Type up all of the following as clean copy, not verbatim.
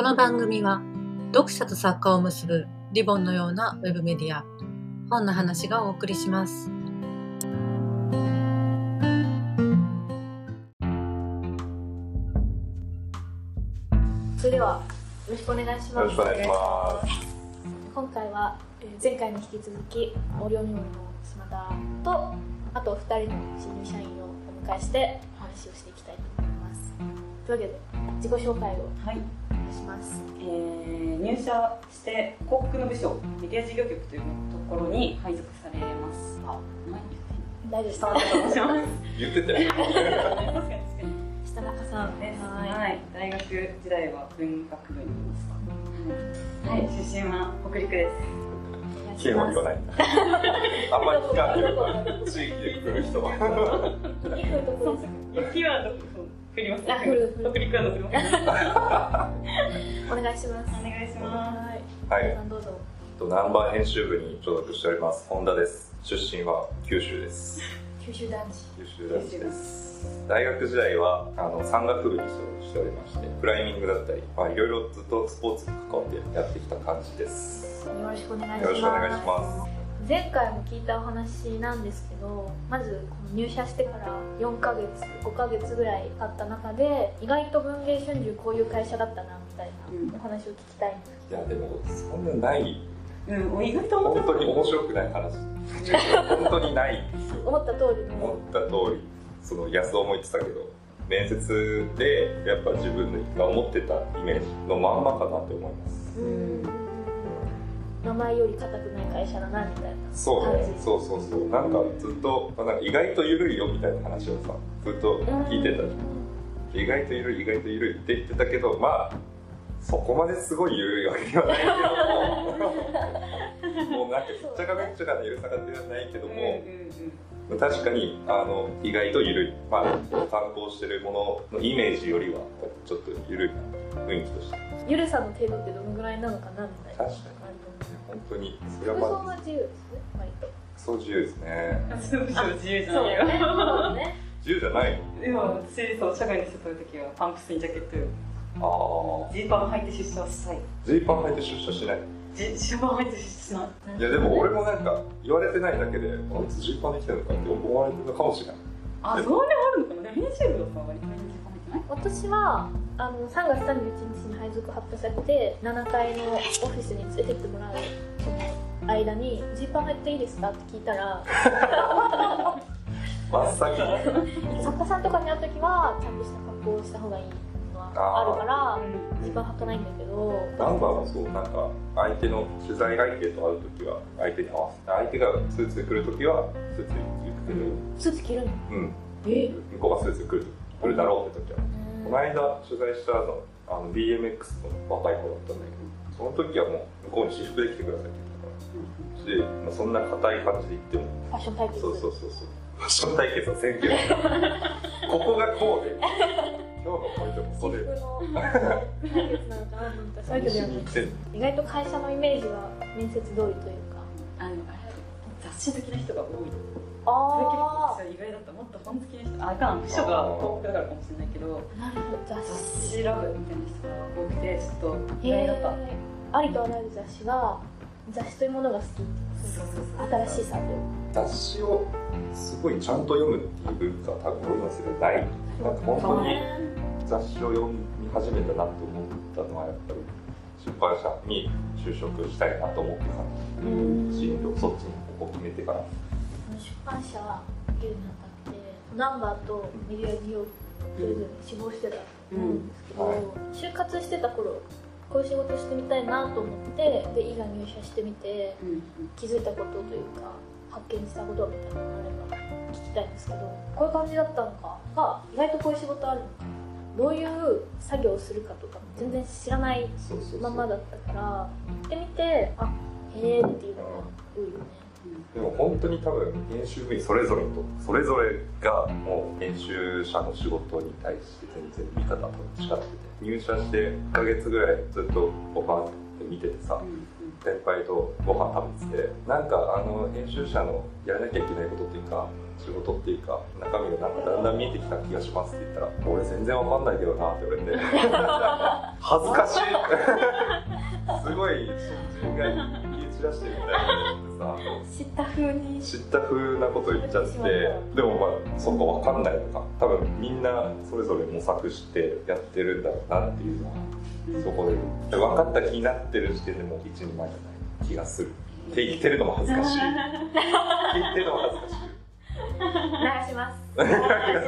の番組は読者と作家を結ぶリボンのようなウェブメディア、本の話がお送りします。 それではよろしくお願いします。 よろしくお願いします。 今回は前回に引き続きオリオンニョンの島田とあと2人の新入社員をお迎えしてお話をしていきたいと思います。というわけで自己紹介をお願いします。 入社して広告の部署メディア事業局というところに配属されます。 大丈夫です。 下中と申します。 言ってたよ。 下中さんです。 はい。大学時代は文学部にいました。はい。出身は北陸です。 県は言わない。あんまり聞かんけど、地域で来る人は。 雪はどこ降ります。北陸はどこ降ります。 お願いします。 お願いします。 はい。 どうぞ。 ナンバー編集部に所属しております本田です。出身は九州です。 九州男児。 九州男児です。大学時代は山岳部に所属しておりまして、クライミングだったり、いろいろずっとスポーツに関わってやってきた感じです。 よろしくお願いします。 よろしくお願いします。 前回も聞いたお話なんですけど、まずこの入社してから4ヶ月5ヶ月ぐらい経った中で、意外と文藝春秋こういう会社だったなみたいなお話を聞きたいんです。 いやでもそんなない。 意外と本当に面白くない話。本当にない。 思った通りの。 思った通り。その安尾も言ってたけど、面接でやっぱ自分が思ってたイメージのまんまかなって思います。 名前より硬くない会社だなみたいな。 そうね。そうなんかずっとなんか意外と緩いよみたいな話をさずっと聞いてたじゃん。意外と緩いって言ってたけど、そこまですごい緩いわけではないけどももうなんかひっちゃかめっちゃかな緩さがではないけども、確かに意外と緩い、観光してるもののイメージよりはちょっと緩い雰囲気として。 緩さの程度ってどのぐらいなのかなみたいな。 確かに本当にそれは服装は自由ですね。割とそう自由ですね。 自由じゃないよ。 自由じゃないの。 今私社外の人とるときはパンプスにジャケットよ。ジーパン履いて出社はしたい。 ジーパン履いて出社しない。 ジーパン履いて出社しない。 いやでも俺もなんか言われてないだけで、あいつジーパンで来てるのかって思われてるのかもしれない。 そういうのあるのかな。編集部のさ割とジーパン履いてない。 私は3月31日に配属発表されて7階のオフィスに連れてってもらうその間に「ジーパン入っていいですか?」って聞いたら真っ先に作家さんとかに会う時はちゃんとした格好をした方がいいのはあるからジーパン履かないんだけど、 ナンバーもそう、なんか相手の取材相手と会う時は相手に合わせて、相手がスーツで来る時はスーツで行くけど、 スーツ着るの？ 向こうがスーツで来るだろうって時は。この間取材したBMX の若い子だったんだけど、その時はもう向こうに私服で来てくださいって言ったから、で、そんな硬い感じで行ってもファッション対決。 そうファッション対決はせんけどここがこうで今日のポイントはここで私服の対決なのかなと思ったらそういうわけではない。意外と会社のイメージは面接通りというか、 雑誌好きな人が多い。意外だった。もっと本好きな人、部署が東北だからかもしれないけど、雑誌ラブみたいな人が多くて、ちょっと意外だった。 ありとあらゆる雑誌が雑誌というものが好きっていう新しさという雑誌をすごいちゃんと読むっていう文化は多分俺の世代ない。なんか本当に雑誌を読み始めたなと思ったのはやっぱり出版社に就職したいなと思ってた進路そっちにここ決めてから。 出版社受けるにあたってナンバーとメディア事業それぞれ志望してたと思うんですけど、就活してた頃こういう仕事してみたいなと思ってでいざ入社してみて、気づいたことというか発見したことみたいなのがあれば聞きたいんですけど、こういう感じだったのかが意外とこういう仕事あるのかどういう作業をするかとか全然知らないままだったから行ってみてへえっていうのが多いよね。 でも本当に多分編集部員それぞれがもう編集者の仕事に対して全然見方と違ってて、入社して1ヶ月ぐらいずっとオファーって見ててさ、先輩とご飯食べてて、なんか編集者のやらなきゃいけないことっていうか仕事っていうか中身がなんかだんだん見えてきた気がしますって言ったら俺全然わかんないけどなって言われて恥ずかしいすごい新人が言い散らしてるみたいなってさ、知った風なこと言っちゃって、でもまあそこわかんないのか、多分みんなそれぞれ模索してやってるんだろうなっていうのは、そこで分かった気になってる時点でもう一人前じゃない気がするって言ってるのも恥ずかしいって言ってるのも恥ずかしい流します流してください。 いい話を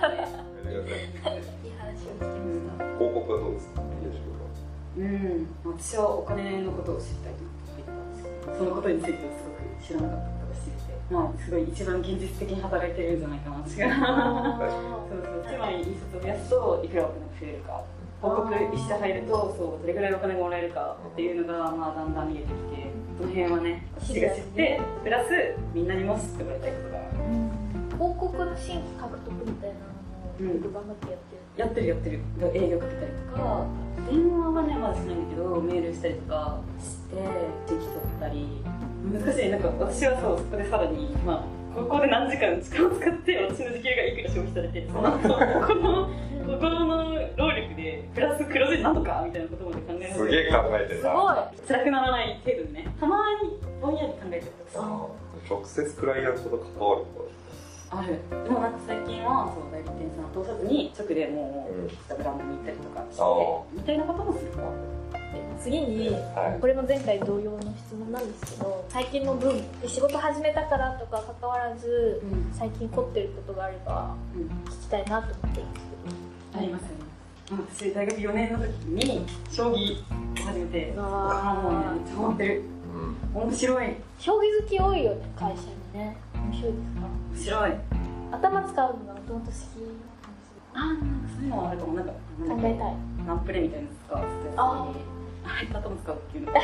聞きました。 広告はどうですか？ 私はお金のことを知りたいと思って入ったんですけど、そのことについてはすごく知らなかったことが知れて、まあすごい一番現実的に働いてるんじゃないかな私がそうそう、つまり印刷を増やすといくらお金が増えるか、広告一社入るとそうどれぐらいお金がもらえるかっていうのがまあだんだん見えてきて、その辺はね私が知って、プラスみんなにも知ってもらいたいことが、 広告の新規獲得みたいなのも頑張ってやってる営業かけたりとか、電話はねまだしないんだけどメールしたりとかして時期取ったり、 難しい。なんか私はそうそこでさらにまあここで何時間を使って私の時給がいくら消費されて、その後この心の労力でプラス黒字なんとかみたいなことまで考えすげえ考えてるな。 すごい辛くならない程度にね、たまにぼんやり考えてること直接クライアントと関わることある。でもなんか最近はそう代理店さんを通さずに直でもうブランドに行ったりとかしてみたいなこともする。 次に、これも前回同様の質問なんですけど、最近の分仕事始めたからとか関わらず、最近凝ってることがあれば聞きたいなと思ってるんですけど。 ありますよね。私大学4年の時に将棋を始めて、もうねめっちゃハマってる。面白い。 将棋好き多いよね、会社にね。面白いですか？ 面白い。 頭使うのがもともと好きな感じ。 なんかそういうのはあるかも。なんか考えたい。 ナンプレみたいなの使う。頭使うっていうの。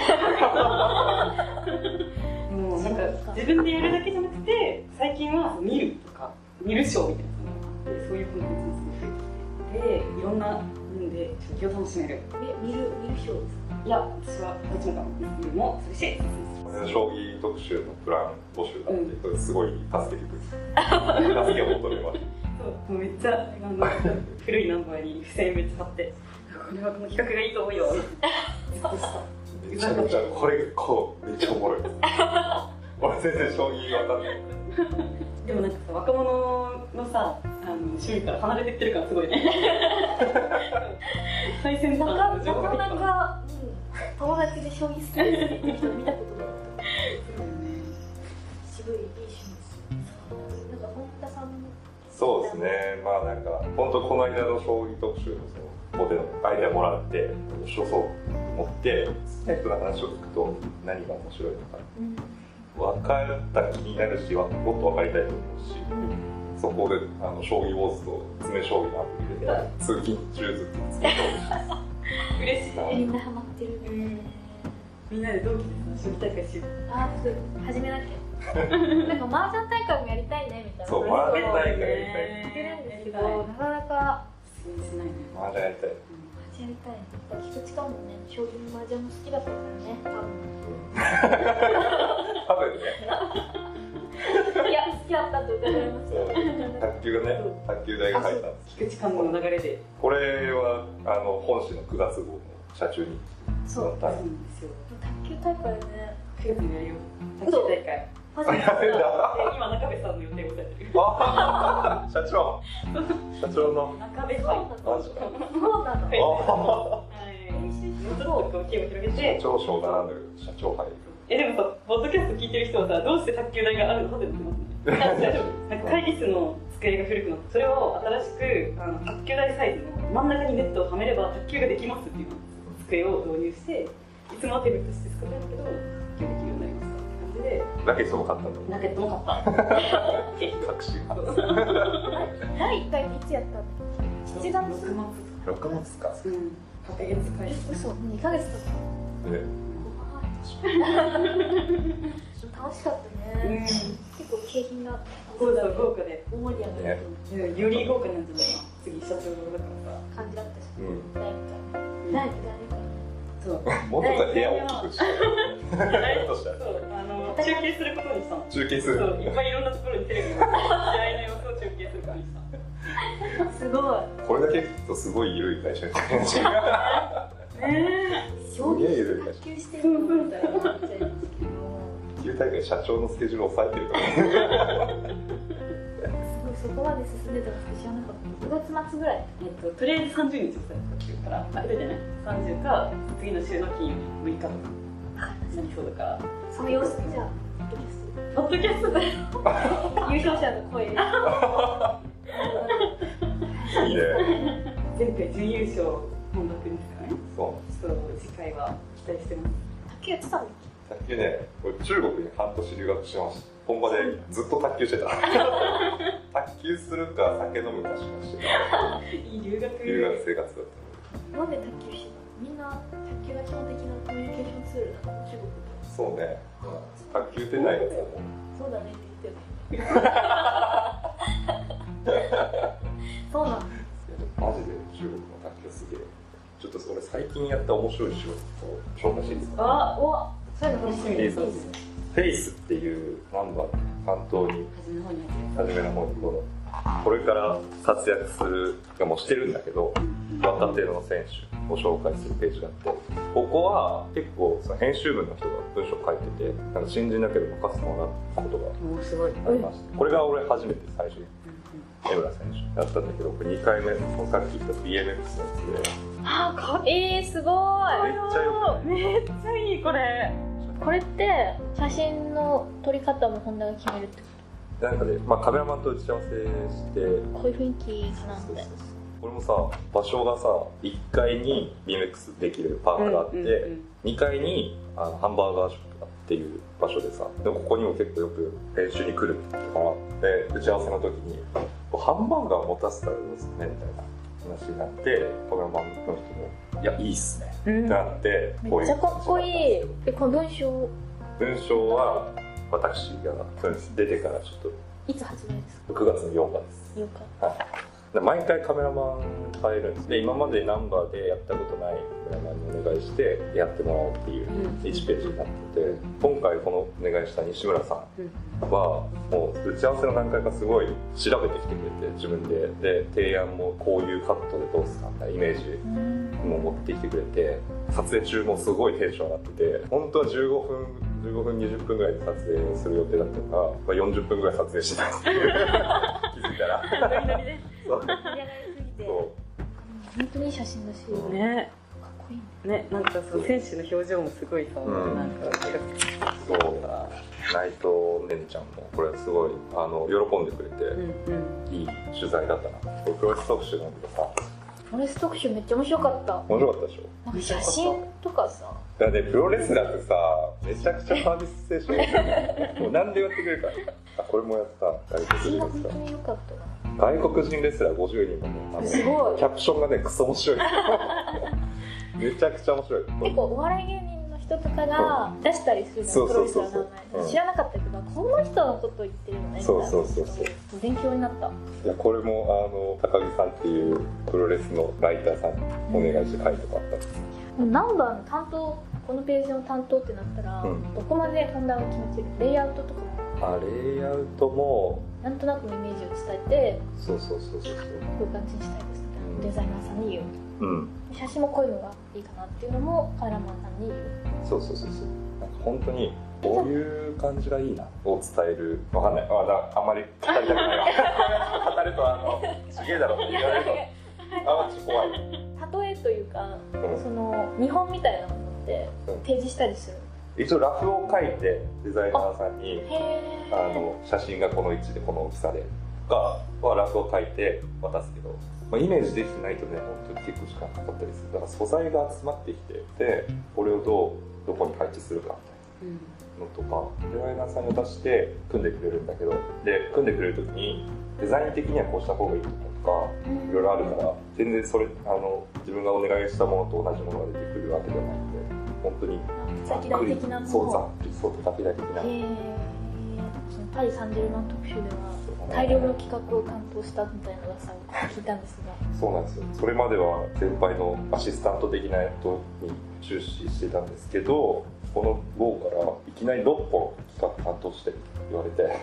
でもなんか自分でやるだけじゃなくて、最近は見るとか見るショーみたいなのがあって、そういうコンテンツにすごい増えてきて、いろんなので将棋を楽しめる。 見るショーですか？ いや、私はどっちもかも。見るもするし。 将棋特集のプラン募集があって、それすごい助けてくれる。助けを求めました。 そう、めっちゃ古いナンバーに付箋めっちゃ貼って、これはこの企画がいいと思うよ。 めちゃくちゃこれこうめっちゃおもろいです。俺全然将棋わかんない。 でもなんかさ、若者のさ趣味から離れてってるからすごいね。最先端なかなか友達で将棋好きですって言う人見たことない。渋いいい趣味です。なんか本田さんも。 そうですね。まあなんか本当この間の将棋特集のそのここでのアイデアもらって面白そうと思って好きな人の話を聞くと何が面白いのか、分かった気になるしもっと分かりたいと思うし、そこで将棋ウォーズと詰将棋のアプリで通勤中ずっと詰将棋嬉しい。 みんなハマってるね。 みんなで同期で将棋大会しよう。 始めなきゃ。なんか麻雀大会もやりたいねみたいな。 そう、麻雀大会やりたい。 言ってるんですけど、なかなかしないね。 麻雀やりたい。 麻雀やりたい。菊池かもね、将棋も麻雀も好きだったからね。 多分ね。 いや、好きだったって伺いました。 卓球がね、卓球台が入ったんです。 菊池監督の流れで。 これは本誌の9月号の社中にそう載ったんですよ。 卓球大会ね。 9月にやるよ。卓球大会。 初めて今中部さんの予定をされてる。 社長の中部さん。 マジか。 そうなの。 練習しよう。ちょっと気を広げて。 社長賞ならぬ社長杯。 でもさ、ポッドキャスト聞いてる人はさ、どうして卓球台があるのって言ってますね。なんか会議室の机が古くなって、それを新しく卓球台サイズの真ん中にネットをはめれば卓球ができますっていう机を導入して、いつもはテーブルとして使ってるんだけど、卓球できるようになりましたって感じで。 ラケットも買ったんだ。 ラケットも買った。 隠し。 第1回っていつやったんだっけ？7月。 6月か。 うん。8ヶ月返し。 嘘、2ヶ月経った。 ね。 楽しかったね。結構景品が豪華で大盛り上がる。より豪華なんじゃないかな。次社長だからさ感じだったし。 うん。 第1回。第2回。 そう。 もうちょっと部屋を大きくして。 そう。 中継することにしたの。 中継する。 そう、いっぱいいろんなところにテレビで試合の様子を中継することにした。 すごい。 これだけ聞くとすごい緩い会社みたいな感じが。 将棋緩い会社。 卓球してるみたいな思っちゃいますけど。 球大会社長のスケジュールを抑えてるとか。 そこまで進んでたの知らなかった。5月末ぐらい。 とりあえず30日をさっていうから、あれじゃない30か次の週の金曜日6日とかなりそうだから。 その様子じゃあポッドキャストで優勝者の声。 いいね。 前回準優勝本田君ですからね。 そう。 ちょっと次回は期待してます。 卓球やってたの？ 卓球ね、俺中国に半年留学してました。本場でずっと卓球してた。卓球するか酒飲むかしかしてた。 いい留学生活だった。 なんで卓球してたの？みんな卓球が基本的なコミュニケーションツールなの？中国で。 そうね。卓球出ないやつはもう。 そうだねって言ってる。そうなんだ。 マジで中国の卓球すげえ。ちょっと俺最近やった面白い仕事を紹介していいですか？ そういうの楽しみです。 フェイスっていうナンバー担当に初めの方にこれから活躍するもうしてるんだけど若手の選手を紹介するページがあってここは結構その編集部の人が文章書いててなんか新人だけど任せてもらったことがありましたこれが俺初めて最初に江村選手やったんだけどこれ2回目さっき言った BMX のやつですごいめっちゃよくめっちゃいいこれって写真の撮り方も本田が決めるってこと？ なんかね、カメラマンと打ち合わせしてこういう雰囲気かなって。 これもさ場所がさ1階に BMX できるパークがあって、2階にハンバーガーショップっていう場所でさでもここにも結構よく練習に来るってからで打ち合わせの時にハンバーガー持たせたらどうですかねみたいな話になってカメラマンの人もいやいいっすねってなってめっちゃかっこいい。この文章は私が出てからちょっといつ発売ですか ？6月の8日です。 8日。 はい。毎回カメラマン変えるんです。で今までナンバーでやったことないカメラマンにお願いしてやってもらおうっていう1ページになってて、今回このお願いした西村さんはもう打ち合わせの段階からすごい調べてきてくれて自分で提案もこういうカットでどうすかみたいなイメージも持ってきてくれて撮影中もすごいテンション上がってて本当は15分20分ぐらいで撮影する予定だったのが、40分ぐらい撮影してたっていう気づいたらノリノリでそう盛り上がりすぎて本当にいい写真だしねかっこいいねなんかそう選手の表情もすごいさ、なんかそう内藤ねんちゃんもこれすごい喜んでくれて、いい取材だったな。これプロレス特集なんだけどさプロレス特集めっちゃ面白かった。 面白かったでしょ。 なんか写真とかさだからねプロレスラーってさめちゃくちゃサービス精神もう何でやってくれるかこれもやった外国人レスラー本当に良かったな。 外国人レスラー50人もねすごいキャプションがねクソ面白いめちゃくちゃ面白い。 結構お笑い芸人の人とかが出したりするじゃん、プロレスラーの名前知らなかったけどこの人のこと言ってるのねみたいな。そう勉強になった。 いやこれも高木さんっていうプロレスのライターさんにお願いして書いてもらったんです。 ナンバーの担当このページの担当ってなったら、どこまで本田が決めてる？レイアウトとかもレイアウトもなんとなくのイメージを伝えてそうこういう感じにしたいですみたいなデザイナーさんに言う、写真もこういうのがいいかなっていうのもカメラマンさんに言う。そうなんか本当にこういう感じがいいなを伝えるわかんないあんまり語りたくないわ語るとすげえだろって言われると怖い例えというか、その見本みたいなものって提示したりする。 一応ラフを書いてデザイナーさんに写真がこの位置でこの大きさでとかラフを書いて渡すけど、イメージできてないとね本当に結構時間かかったりする。だから素材が集まってきてでこれをどこに配置するかみたいなのとか、デザイナーさんが出して組んでくれるんだけどで組んでくれる時にデザイン的にはこうした方がいいとかいろいろあるから全然それ自分がお願いしたものと同じものが出てくるわけではないので本当に先代的なものそう先代的なパリ・サンジェルマン特集では大量の企画を担当したみたいな噂を聞いたんですがそうなんですよ。それまでは先輩のアシスタント的な人に注視してたんですけどこの号からいきなり6本企画担当して言われてはい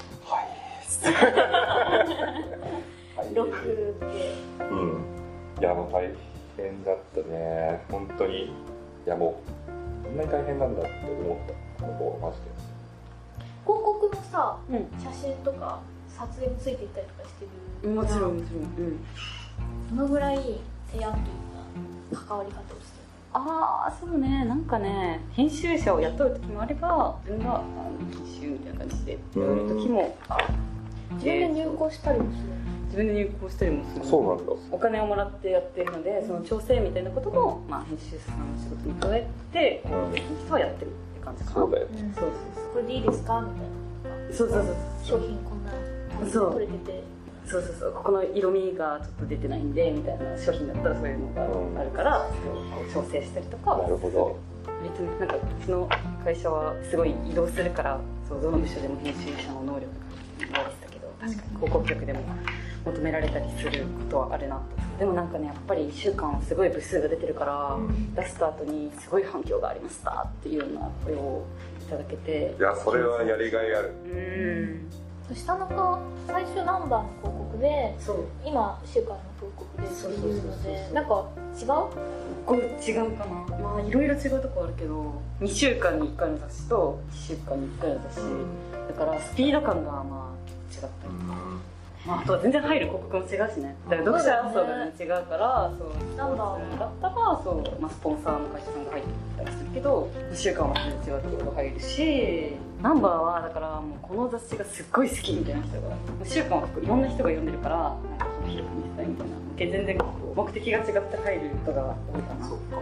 ロックっていやもう大変だったね本当に。いやもうこんなに大変なんだって思ったこの号はマジで。 広告のさ、写真とか撮影もついていったりとかしてる。 もちろんもちろん。 どのぐらい提案というか関わり方をしてる？ ああそうね、なんかね編集者を雇う時もあれば自分が編集みたいな感じでやる時もある。 自分で入稿したりもする？ 自分で入稿したりもする。 そうなんだ。 お金をもらってやってるので、その調整みたいなことも、まあ、編集さんの仕事に加えて人はやってるって感じかな。 そうだよ。 そうこれでいいですかみたいな。 そう商品こんな感じで取れてて。 そうここの色味がちょっと出てないんでみたいな商品だったらそういうのがあるから、調整したりとか。 なるほど。 別になんかうちの会社はすごい移動するから、そうどの部署でも編集者の能力が言われてたけど、確かに広告局でも求められたりすることはあるなと。でもなんかね、やっぱり1週間すごい部数が出てるから、出した後にすごい反響がありましたっていうような声をいただけて、 いやそれはやりがいある。 下の子最初ナンバーの広告で、今1週間の広告でっていうので、なんか違う？ これ違うかな。まあいろいろ違うとこあるけど、2週間に1回の雑誌と1週間に1回の雑誌、だからスピード感がまあ違ったりとか、まあ、あとは全然入る広告も違うしね。だから読者層が違うから、そうナンバーだったらそう、まあ、スポンサーの会社さんが入ってたりするけど、2週間は全然違うところが入るし、ナンバーはだからもうこの雑誌がすっごい好きみたいな人が、1週間はいろんな人が読んでるから、なんか広く見せたいみたいな、全然目的が違って入る人が多いかな。 そうか。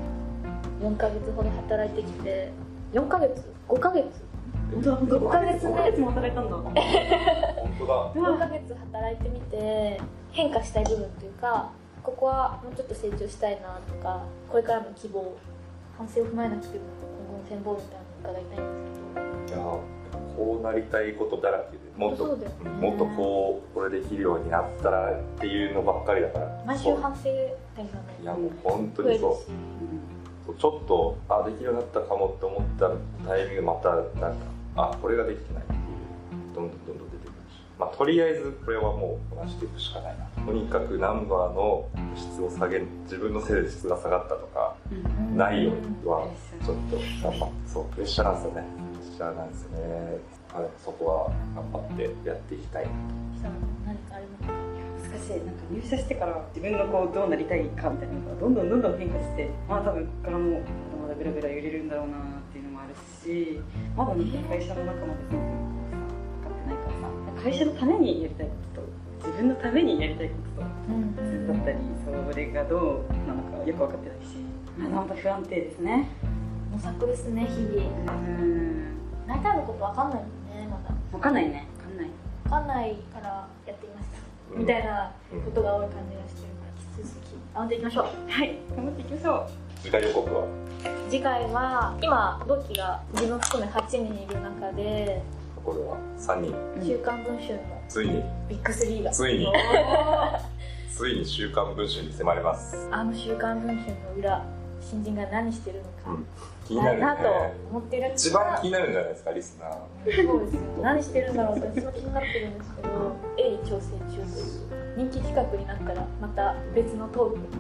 4ヶ月ほど働いてきて、4ヶ月 ?5 ヶ月本当だ、5ヶ月も働いたんだ。 本当だ。 4ヶ月働いてみて変化したい部分というか、ここはもうちょっと成長したいなとか、これからの希望、反省を踏まえなくても今後の展望みたいなのを伺いたいんですけど。 いやこうなりたいことだらけで、もっと、 そうだよね、 もっとこれできるようになったらっていうのばっかりだから。 毎週反省点がね、 いやもう本当にそう。ちょっとできるようになったかもって思ったタイミングでまたなんかこれができてないっていうどんどん出てくるし、まあとりあえずこれはもうこなしていくしかないな。とにかくナンバーの質を下げる、自分のせいで質が下がったとか、ないようにはちょっと頑張って、そうプレッシャーなんですよね。プレッシャーなんですよね。そこは頑張ってやっていきたいなと。 何かありますか？ 難しい。なんか入社してから自分のこうどうなりたいかみたいなのがどんどん変化して、まあ多分ここからもまだぐらぐら揺れるんだろうなっていうのもあるし、まだ会社の中まで全部分かってないからさ、会社のためにやりたいことと自分のためにやりたいこととだったり、それがどうなのかよく分かってないし、まだ不安定ですね。 模索ですね、日々。なりたいのこと分かんないもんね、まだ。 分かんないね。 分かんないからやってみました、みたいなことが多い感じがしてるから、引き続き頑張っていきましょう。 はい、頑張っていきましょう。 次回予告は？ 次回は今同期が自分含め8人いる中で、 これは3人。 週刊文春のついにビッグ3がついに週刊文春に迫ります。 週刊文春の裏、新人が何してるのか、 気になるね。 と思っている。 一番気になるんじゃないですか、リスナー。 そうですよ。何してるんだろうって私も気になってるんですけど、鋭意調整中という人気企画になったらまた別のトーク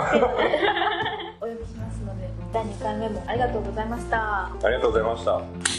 お呼びしますので、第2回目もありがとうございました。 ありがとうございました。